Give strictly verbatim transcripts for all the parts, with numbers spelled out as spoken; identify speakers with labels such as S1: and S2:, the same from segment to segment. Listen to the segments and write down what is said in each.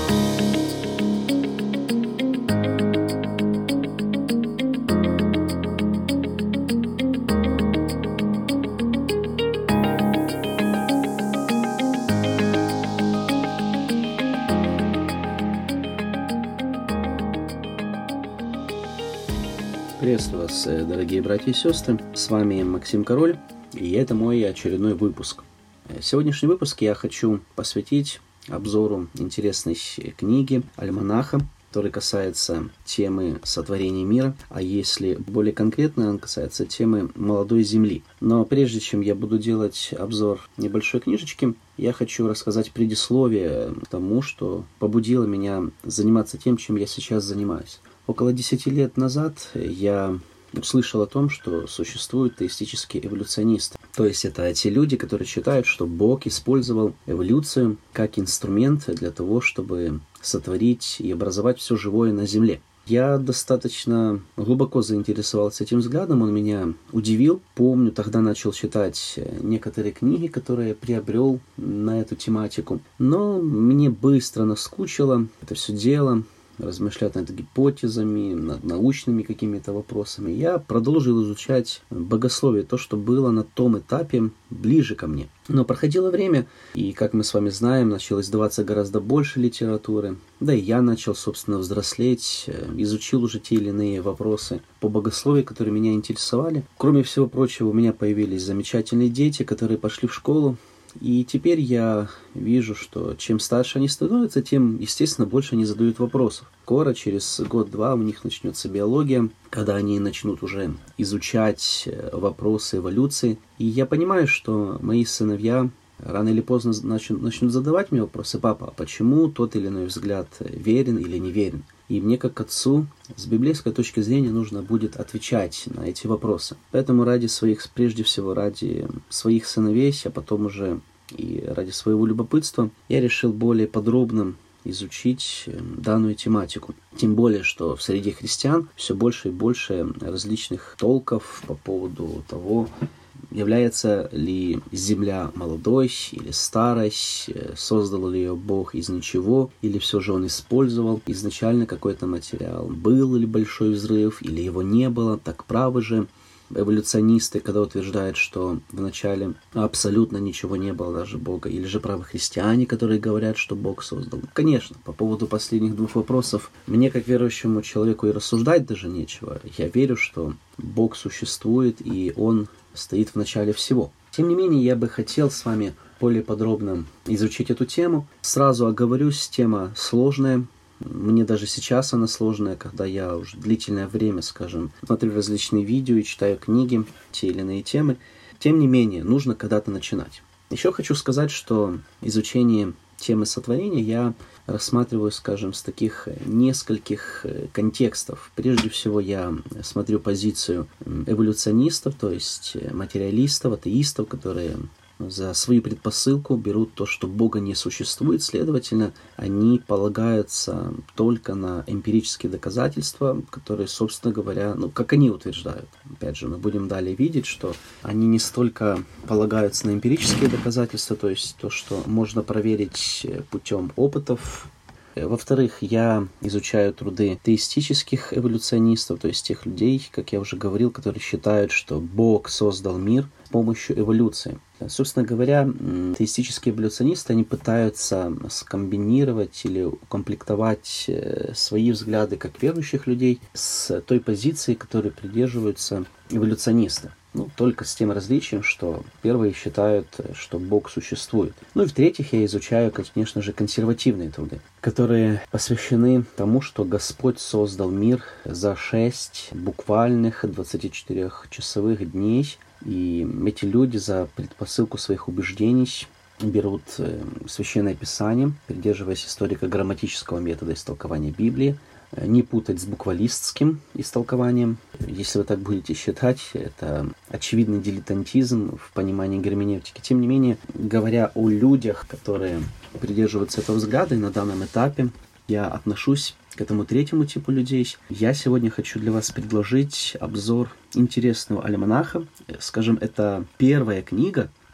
S1: Приветствую вас, дорогие братья и сестры. С вами Максим Король, и это мой очередной выпуск. Сегодняшний выпуск я хочу посвятить обзору интересной книги Альманаха, который касается темы сотворения мира, а если более конкретно, он касается темы молодой земли. Но прежде чем я буду делать обзор небольшой книжечки, я хочу рассказать предисловие к тому, что побудило меня заниматься тем, чем я сейчас занимаюсь. Около десяти лет назад я услышал о том, что существуют теистические эволюционисты. То есть это те люди, которые считают, что Бог использовал эволюцию как инструмент для того, чтобы сотворить и образовать все живое на Земле. Я достаточно глубоко заинтересовался этим взглядом, он меня удивил. Помню, тогда начал читать некоторые книги, которые я приобрел на эту тематику. Но мне быстро наскучило это все дело, размышлять над гипотезами, над научными какими-то вопросами. Я продолжил изучать богословие, то, что было на том этапе ближе ко мне. Но проходило время, и, как мы с вами знаем, начало издаваться гораздо больше литературы. Да и я начал, собственно, взрослеть, изучил уже те или иные вопросы по богословию, которые меня интересовали. Кроме всего прочего, у меня появились замечательные дети, которые пошли в школу. И теперь я вижу, что чем старше они становятся, тем, естественно, больше они задают вопросов. Скоро, через год-два, у них начнется биология, когда они начнут уже изучать вопросы эволюции. И я понимаю, что мои сыновья рано или поздно начнут, начнут задавать мне вопросы: папа, а почему тот или иной взгляд верен или не верен? И мне, как отцу, с библейской точки зрения нужно будет отвечать на эти вопросы. Поэтому ради своих, прежде всего ради своих сыновей, а потом уже и ради своего любопытства, я решил более подробно изучить данную тематику. Тем более, что в среде христиан все больше и больше различных толков по поводу того, является ли земля молодой или старой, создал ли ее Бог из ничего, или все же он использовал изначально какой-то материал. Был ли большой взрыв, или его не было. Так правы же эволюционисты, когда утверждают, что вначале абсолютно ничего не было, даже Бога, или же правы христиане, которые говорят, что Бог создал. Конечно, по поводу последних двух вопросов мне, как верующему человеку, и рассуждать даже нечего. Я верю, что Бог существует, и Он стоит в начале всего. Тем не менее, я бы хотел с вами более подробно изучить эту тему. Сразу оговорюсь, тема сложная. Мне даже сейчас она сложная, когда я уже длительное время, скажем, смотрю различные видео и читаю книги, те или иные темы. Тем не менее, нужно когда-то начинать. Еще хочу сказать, что изучение темы сотворения я рассматриваю, скажем, с таких нескольких контекстов. Прежде всего, я смотрю позицию эволюционистов, то есть материалистов, атеистов, которые за свою предпосылку берут то, что Бога не существует, следовательно, они полагаются только на эмпирические доказательства, которые, собственно говоря, ну, как они утверждают. Опять же, мы будем далее видеть, что они не столько полагаются на эмпирические доказательства, то есть то, что можно проверить путем опытов. Во-вторых, я изучаю труды теистических эволюционистов, то есть тех людей, как я уже говорил, которые считают, что Бог создал мир с помощью эволюции. Собственно говоря, теистические эволюционисты, они пытаются скомбинировать или укомплектовать свои взгляды как верующих людей с той позицией, которой придерживаются эволюционисты. Ну, только с тем различием, что первые считают, что Бог существует. Ну и в-третьих, я изучаю, конечно же, консервативные труды, которые посвящены тому, что Господь создал мир за шесть буквальных двадцатичетырёхчасовых дней. И эти люди за предпосылку своих убеждений берут Священное Писание, придерживаясь историко-грамматического метода истолкования Библии, не путать с буквалистским истолкованием. Если вы так будете считать, это очевидный дилетантизм в понимании герменевтики. Тем не менее, говоря о людях, которые придерживаются этого взгляда, и на данном этапе я отношусь к этому третьему типу людей. Я сегодня хочу для вас предложить обзор интересного альманаха. Скажем, это первая книга,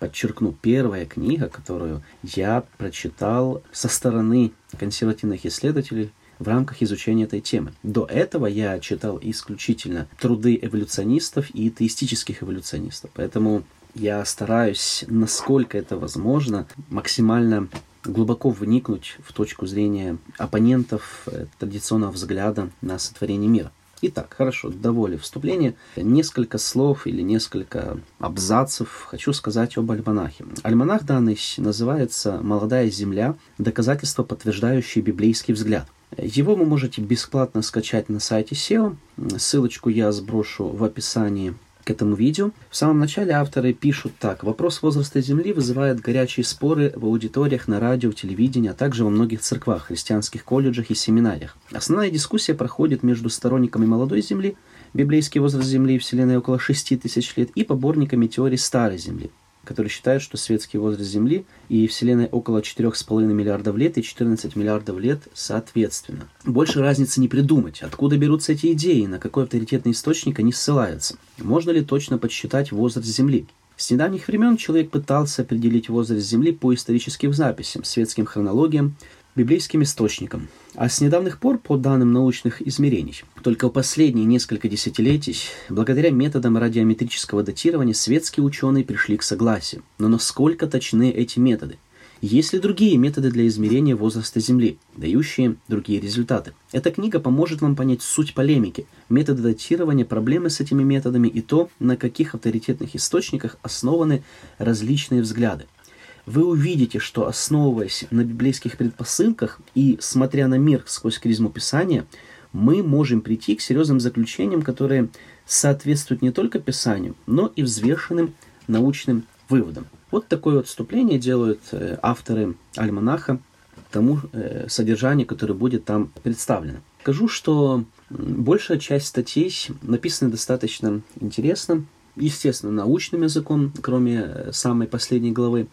S1: подчеркну, первая книга, которую я прочитал со стороны консервативных исследователей в рамках изучения этой темы. До этого я читал исключительно труды эволюционистов и теистических эволюционистов. Поэтому я стараюсь, насколько это возможно, максимально глубоко вникнуть в точку зрения оппонентов традиционного взгляда на сотворение мира. Итак, хорошо, довольно вступления. Несколько слов или несколько абзацев хочу сказать об альманахе. Альманах данный называется «Молодая земля. Доказательства, подтверждающие библейский взгляд». Его вы можете бесплатно скачать на сайте сео. Ссылочку я сброшу в описании к этому видео. В самом начале авторы пишут так. Вопрос возраста Земли вызывает горячие споры в аудиториях, на радио, телевидении, а также во многих церквах, христианских колледжах и семинариях. Основная дискуссия проходит между сторонниками молодой Земли, библейский возраст Земли и Вселенной около шести тысяч лет, и поборниками теории старой Земли, которые считают, что светский возраст Земли и Вселенной около четырёх с половиной миллиардов лет и четырнадцати миллиардов лет соответственно. Больше разницы не придумать, откуда берутся эти идеи, на какой авторитетный источник они ссылаются. Можно ли точно подсчитать возраст Земли? С недавних времен человек пытался определить возраст Земли по историческим записям, светским хронологиям, библейским источникам, а с недавних пор по данным научных измерений. Только в последние несколько десятилетий, благодаря методам радиометрического датирования, светские ученые пришли к согласию. Но насколько точны эти методы? Есть ли другие методы для измерения возраста Земли, дающие другие результаты? Эта книга поможет вам понять суть полемики, методы датирования, проблемы с этими методами и то, на каких авторитетных источниках основаны различные взгляды. Вы увидите, что, основываясь на библейских предпосылках и смотря на мир сквозь призму Писания, мы можем прийти к серьезным заключениям, которые соответствуют не только Писанию, но и взвешенным научным выводам. Вот такое вот вступление делают авторы альманаха тому содержанию, которое будет там представлено. Скажу, что большая часть статей написана достаточно интересно, естественно, научным языком, кроме самой последней главы.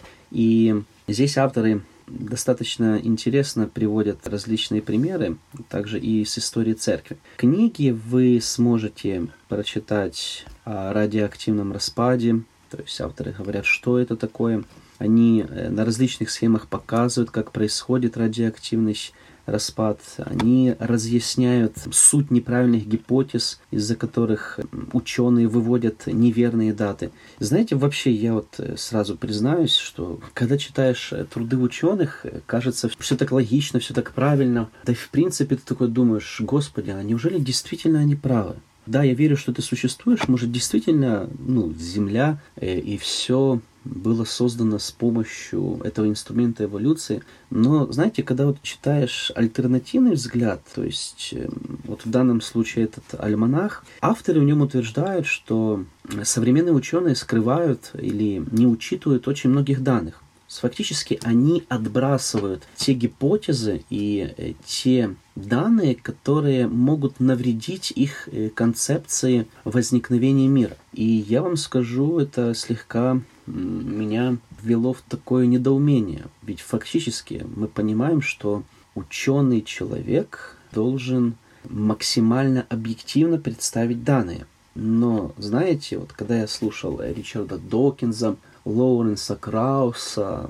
S1: И здесь авторы достаточно интересно приводят различные примеры, также и с истории церкви. Книги вы сможете прочитать о радиоактивном распаде, то есть авторы говорят, что это такое. Они на различных схемах показывают, как происходит радиоактивный распад. Они разъясняют суть неправильных гипотез, из-за которых ученые выводят неверные даты. Знаете, вообще я вот сразу признаюсь, что когда читаешь труды ученых, кажется, все так логично, все так правильно. Да и в принципе ты такой думаешь, господи, а неужели действительно они правы? Да, я верю, что ты существуешь, может, действительно, ну, Земля э, и все было создано с помощью этого инструмента эволюции. Но, знаете, когда вот читаешь альтернативный взгляд, то есть э, вот в данном случае этот альманах, авторы в нем утверждают, что современные ученые скрывают или не учитывают очень многих данных. Фактически они отбрасывают те гипотезы и э, те данные, которые могут навредить их э, концепции возникновения мира. И я вам скажу, это слегка м, меня ввело в такое недоумение. Ведь фактически мы понимаем, что ученый человек должен максимально объективно представить данные. Но, знаете, вот когда я слушал Ричарда Докинза, Лоуренса Крауса,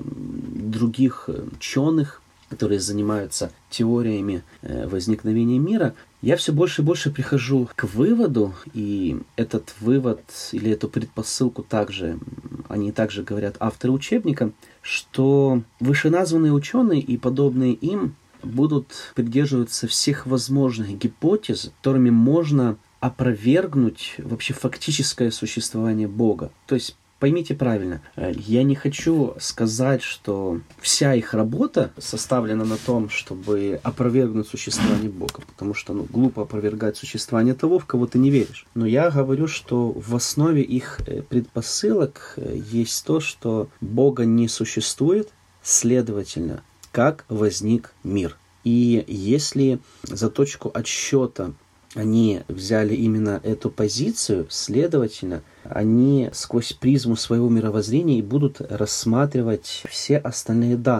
S1: других ученых, которые занимаются теориями возникновения мира, я все больше и больше прихожу к выводу, и этот вывод или эту предпосылку также, они также говорят авторы учебника, что вышеназванные ученые и подобные им будут придерживаться всех возможных гипотез, которыми можно опровергнуть вообще фактическое существование Бога. То есть, поймите правильно, я не хочу сказать, что вся их работа составлена на том, чтобы опровергнуть существование Бога, потому что ну, глупо опровергать существование того, в кого ты не веришь. Но я говорю, что в основе их предпосылок есть то, что Бога не существует, следовательно, как возник мир. И если за точку отсчета они взяли именно эту позицию, следовательно, они сквозь призму своего мировоззрения и будут рассматривать все остальные данные.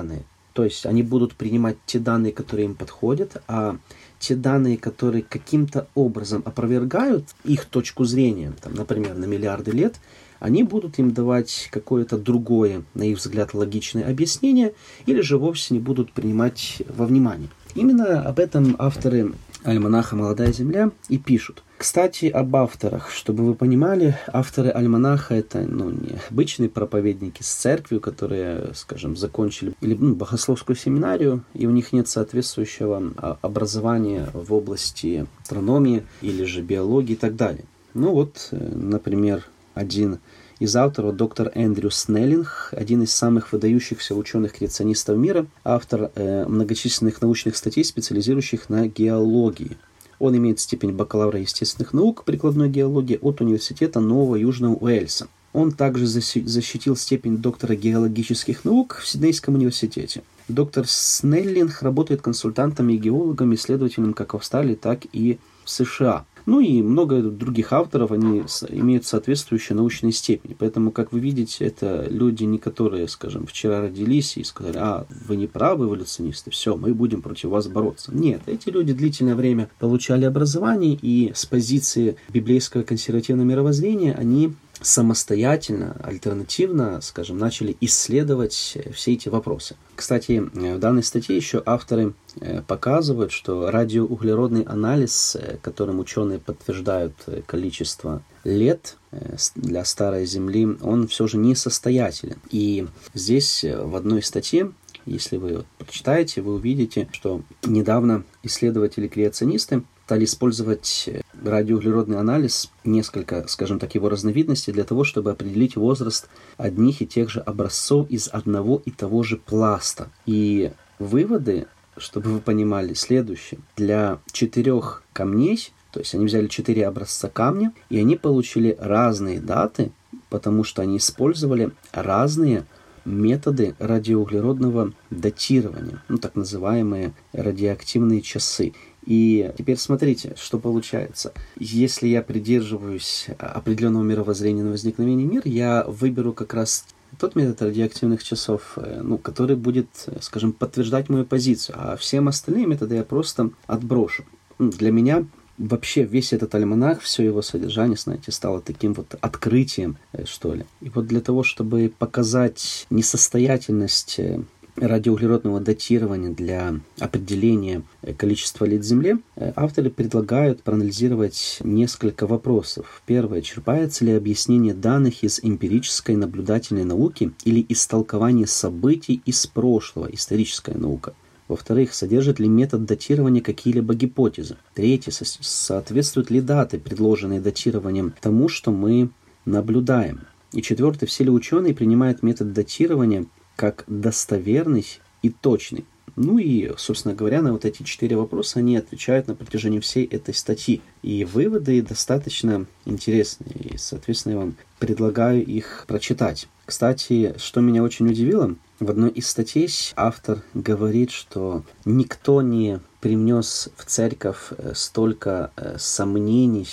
S1: То есть они будут принимать те данные, которые им подходят, а те данные, которые каким-то образом опровергают их точку зрения, там, например, на миллиарды лет, они будут им давать какое-то другое, на их взгляд, логичное объяснение, или же вовсе не будут принимать во внимание. Именно об этом авторы альманаха «Молодая земля» и пишут. Кстати, об авторах, чтобы вы понимали, авторы альманаха — это ну, не обычные проповедники с церковью, которые, скажем, закончили или, ну, богословскую семинарию, и у них нет соответствующего образования в области астрономии или же биологии и так далее. Ну вот, например, один из авторов, доктор Эндрю Снеллинг, один из самых выдающихся ученых-креационистов мира, автор э, многочисленных научных статей, специализирующих на геологии. Он имеет степень бакалавра естественных наук прикладной геологии от Университета Нового Южного Уэльса. Он также защитил степень доктора геологических наук в Сиднейском университете. Доктор Снеллинг работает консультантом и геологом, исследователем как в Австралии, так и в США. Ну и много других авторов, они имеют соответствующие научные степени. Поэтому, как вы видите, это люди, не которые, скажем, вчера родились и сказали: а, вы не правы, эволюционисты, все, мы будем против вас бороться. Нет, эти люди длительное время получали образование, и с позиции библейского консервативного мировоззрения они самостоятельно, альтернативно, скажем, начали исследовать все эти вопросы. Кстати, в данной статье еще авторы показывают, что радиоуглеродный анализ, которым ученые подтверждают количество лет для старой Земли, он все же несостоятелен. И здесь в одной статье, если вы прочитаете, вы увидите, что недавно исследователи-креационисты стали использовать радиоуглеродный анализ, несколько, скажем так, его разновидностей, для того, чтобы определить возраст одних и тех же образцов из одного и того же пласта. И выводы, чтобы вы понимали, следующие. Для четырех камней, то есть они взяли четыре образца камня, и они получили разные даты, потому что они использовали разные методы радиоуглеродного датирования, ну, так называемые радиоактивные часы. И теперь смотрите, что получается. Если я придерживаюсь определенного мировоззрения на возникновение мира, я выберу как раз тот метод радиоактивных часов, ну, который будет, скажем, подтверждать мою позицию, а всем остальные методы я просто отброшу. Для меня вообще весь этот альманах, все его содержание, знаете, стало таким вот открытием, что ли. И вот для того, чтобы показать несостоятельность радиоуглеродного датирования для определения количества лет Земле, авторы предлагают проанализировать несколько вопросов. Первое. Черпается ли объяснение данных из эмпирической наблюдательной науки или истолкование событий из прошлого, историческая наука? Во-вторых, содержит ли метод датирования какие-либо гипотезы? Третье. Соответствуют ли даты, предложенные датированием, тому, что мы наблюдаем? И четвертое. Все ли ученые принимают метод датирования как достоверный и точный? Ну и, собственно говоря, на вот эти четыре вопроса они отвечают на протяжении всей этой статьи. И выводы достаточно интересные, и, соответственно, я вам предлагаю их прочитать. Кстати, что меня очень удивило, в одной из статей автор говорит, что никто не привнес в церковь столько сомнений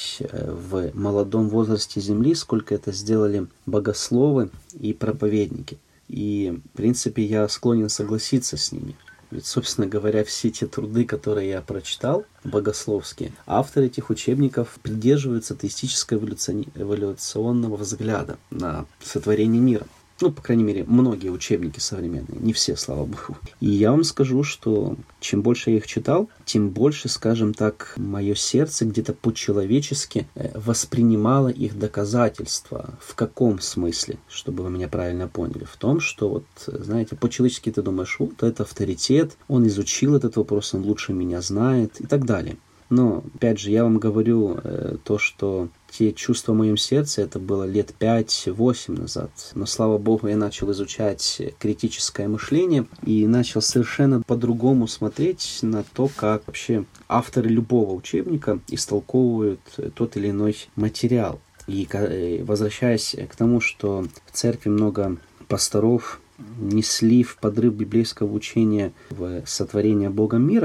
S1: в молодом возрасте Земли, сколько это сделали богословы и проповедники. И, в принципе, я склонен согласиться с ними. Ведь, собственно говоря, все те труды, которые я прочитал, богословские, авторы этих учебников придерживаются теистического эволюциони... эволюционного взгляда на сотворение мира. Ну, по крайней мере, многие учебники современные, не все, слава богу. И я вам скажу, что чем больше я их читал, тем больше, скажем так, мое сердце где-то по-человечески воспринимало их доказательства. В каком смысле, чтобы вы меня правильно поняли? В том, что, вот, знаете, по-человечески ты думаешь, вот это авторитет, он изучил этот вопрос, он лучше меня знает и так далее. Но, опять же, я вам говорю э, то, что те чувства в моем сердце, это было лет пять-восемь назад. Но, слава богу, я начал изучать критическое мышление и начал совершенно по-другому смотреть на то, как вообще авторы любого учебника истолковывают тот или иной материал. И возвращаясь к тому, что в церкви много пасторов несли в подрыв библейского учения в сотворение Богом мира,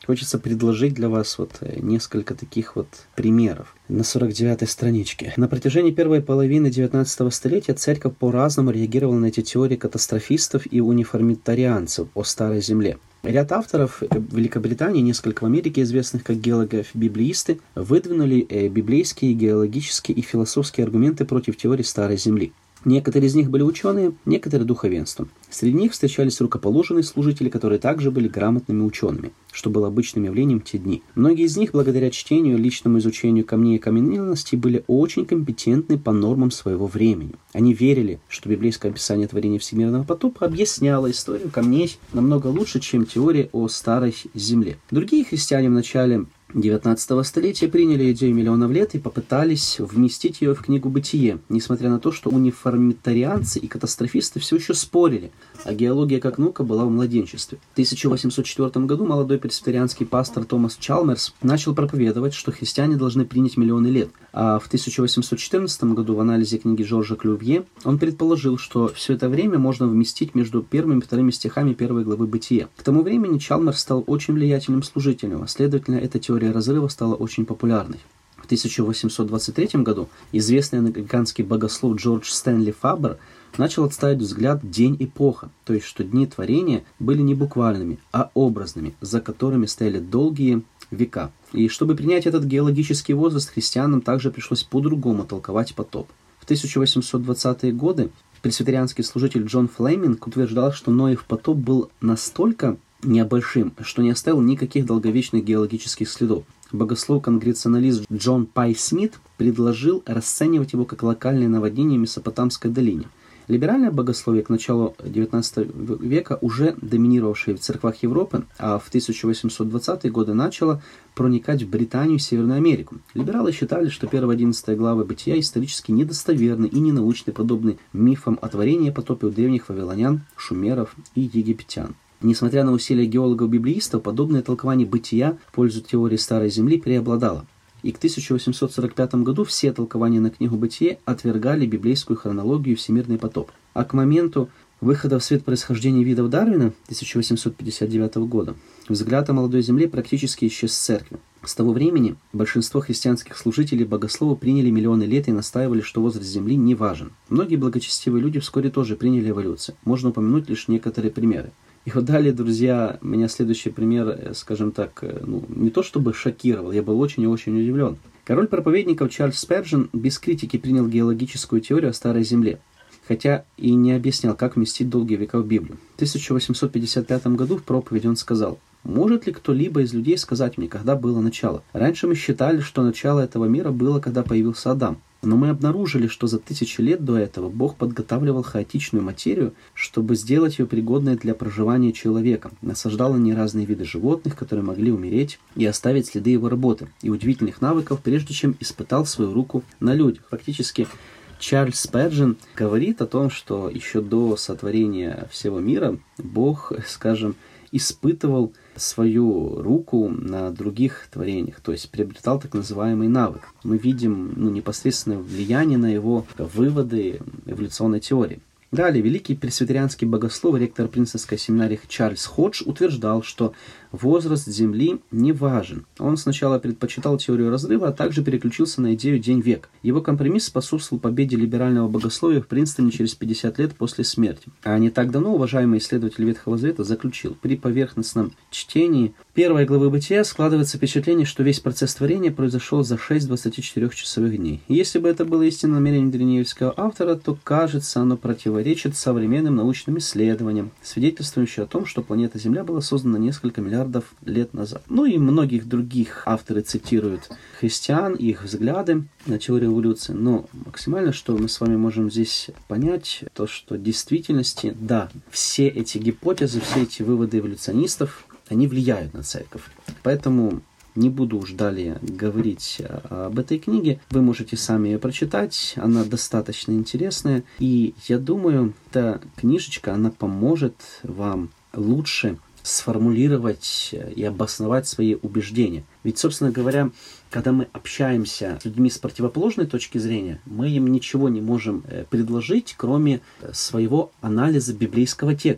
S1: хочется предложить для вас вот несколько таких вот примеров. На сорок девятой страничке. На протяжении первой половины девятнадцатого столетия церковь по-разному реагировала на эти теории катастрофистов и униформитарианцев о Старой Земле. Ряд авторов в Великобритании, несколько в Америке известных как геологи-библеисты, выдвинули библейские, геологические и философские аргументы против теории Старой Земли. Некоторые из них были ученые, некоторые духовенством. Среди них встречались рукоположенные служители, которые также были грамотными учеными, что было обычным явлением в те дни. Многие из них, благодаря чтению, личному изучению камней и каменности, были очень компетентны по нормам своего времени. Они верили, что библейское описание творения всемирного потопа объясняло историю камней намного лучше, чем теория о Старой Земле. Другие христиане в начале девятнадцатого столетия приняли идею миллионов лет и попытались вместить ее в книгу «Бытие», несмотря на то, что униформитарианцы и катастрофисты все еще спорили, а геология как наука была в младенчестве. В тысяча восемьсот четвёртом году молодой пресвитерианский пастор Томас Чалмерс начал проповедовать, что христиане должны принять миллионы лет, а в тысяча восемьсот четырнадцатом году в анализе книги Жоржа Клювье он предположил, что все это время можно вместить между первыми и вторыми стихами первой главы «Бытия». К тому времени Чалмерс стал очень влиятельным служителем, а следовательно, эта теория разрыва стала очень популярной. В тысяча восемьсот двадцать третьем году известный англиканский богослов Джордж Стэнли Фабер начал отстаивать взгляд «день-эпоха», то есть что дни творения были не буквальными, а образными, за которыми стояли долгие века. И чтобы принять этот геологический возраст, христианам также пришлось по-другому толковать потоп. В тысяча восемьсот двадцатые годы пресвитерианский служитель Джон Флеминг утверждал, что Ноев потоп был настолько небольшим, что не оставил никаких долговечных геологических следов. Богослов-конгрегационалист Джон Пай Смит предложил расценивать его как локальное наводнение в Месопотамской долине. Либеральное богословие к началу девятнадцатого века, уже доминировавшее в церквах Европы, а в тысяча восемьсот двадцатые годы начало проникать в Британию и Северную Америку. Либералы считали, что первые одиннадцатые главы Бытия исторически недостоверны и ненаучны, подобны мифам о творении и потопе у древних вавилонян, шумеров и египтян. Несмотря на усилия геологов-библеистов, подобное толкование бытия в пользу теории Старой Земли преобладало. И к тысяча восемьсот сорок пятому году все толкования на книгу «Бытие» отвергали библейскую хронологию и всемирный потоп. А к моменту выхода в свет происхождения видов Дарвина тысяча восемьсот пятьдесят девятого года взгляд о молодой Земле практически исчез с церкви. С того времени большинство христианских служителей богословов приняли миллионы лет и настаивали, что возраст Земли не важен. Многие благочестивые люди вскоре тоже приняли эволюцию. Можно упомянуть лишь некоторые примеры. И вот далее, друзья, меня следующий пример, скажем так, ну, не то чтобы шокировал, я был очень и очень удивлен. Король проповедников Чарльз Спержен без критики принял геологическую теорию о Старой Земле, хотя и не объяснял, как вместить долгие века в Библию. В тысяча восемьсот пятьдесят пятом году в проповеди он сказал: «Может ли кто-либо из людей сказать мне, когда было начало? Раньше мы считали, что начало этого мира было, когда появился Адам. Но мы обнаружили, что за тысячи лет до этого Бог подготавливал хаотичную материю, чтобы сделать ее пригодной для проживания человека. Насаждал на ней разные виды животных, которые могли умереть и оставить следы его работы и удивительных навыков, прежде чем испытал свою руку на людях». Фактически, Чарльз Спержен говорит о том, что еще до сотворения всего мира Бог, скажем, испытывал свою руку на других творениях, то есть приобретал так называемый навык. Мы видим ну, непосредственное влияние на его выводы эволюционной теории. Далее, великий пресвитерианский богослов, ректор Принстонской семинарии Чарльз Ходж утверждал, что возраст Земли не важен. Он сначала предпочитал теорию разрыва, а также переключился на идею день-век. Его компромисс способствовал победе либерального богословия в Принстоне через пятьдесят лет после смерти. А не так давно уважаемый исследователь Ветхого Завета заключил: при поверхностном чтении первой главы Бытия складывается впечатление, что весь процесс творения произошел за шесть двадцатичетырёхчасовых дней. Если бы это было истинным намерением древнееврейского автора, то, кажется, оно противоречит современным научным исследованиям, свидетельствующим о том, что планета Земля была создана несколько миллиардов лет назад. Ну и многих других авторы цитируют христиан и их взгляды на теорию эволюции. Но максимально, что мы с вами можем здесь понять, то, что в действительности, да, все эти гипотезы, все эти выводы эволюционистов, они влияют на церковь. Поэтому не буду уж далее говорить об этой книге. Вы можете сами ее прочитать. Она достаточно интересная. И я думаю, эта книжечка, она поможет вам лучше сформулировать и обосновать свои убеждения. Ведь, собственно говоря, когда мы общаемся с людьми с противоположной точки зрения, мы им ничего не можем предложить, кроме своего анализа библейского текста.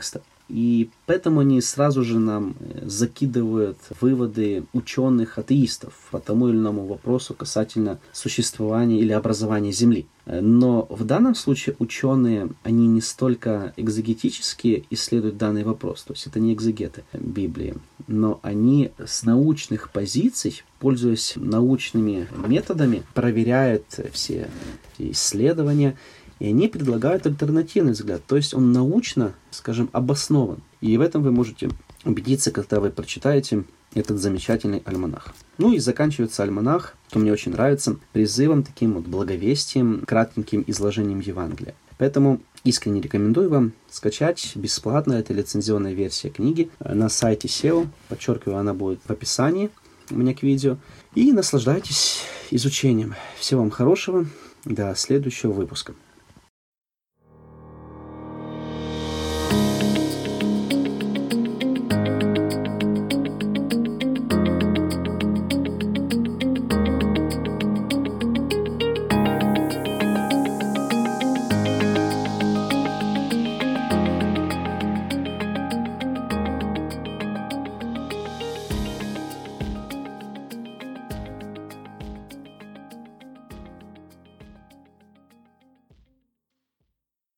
S1: И поэтому они сразу же нам закидывают выводы ученых-атеистов по тому или иному вопросу касательно существования или образования Земли. Но в данном случае ученые, они не столько экзегетически исследуют данный вопрос, то есть это не экзегеты Библии, но они с научных позиций, пользуясь научными методами, проверяют все исследования, и они предлагают альтернативный взгляд, то есть он научно, скажем, обоснован. И в этом вы можете убедиться, когда вы прочитаете этот замечательный альманах. Ну и заканчивается альманах, что мне очень нравится, призывом таким вот благовестием, кратеньким изложением Евангелия. Поэтому искренне рекомендую вам скачать бесплатно, это лицензионная версия книги на сайте сео, подчеркиваю, она будет в описании у меня к видео. И наслаждайтесь изучением. Всего вам хорошего, до следующего выпуска.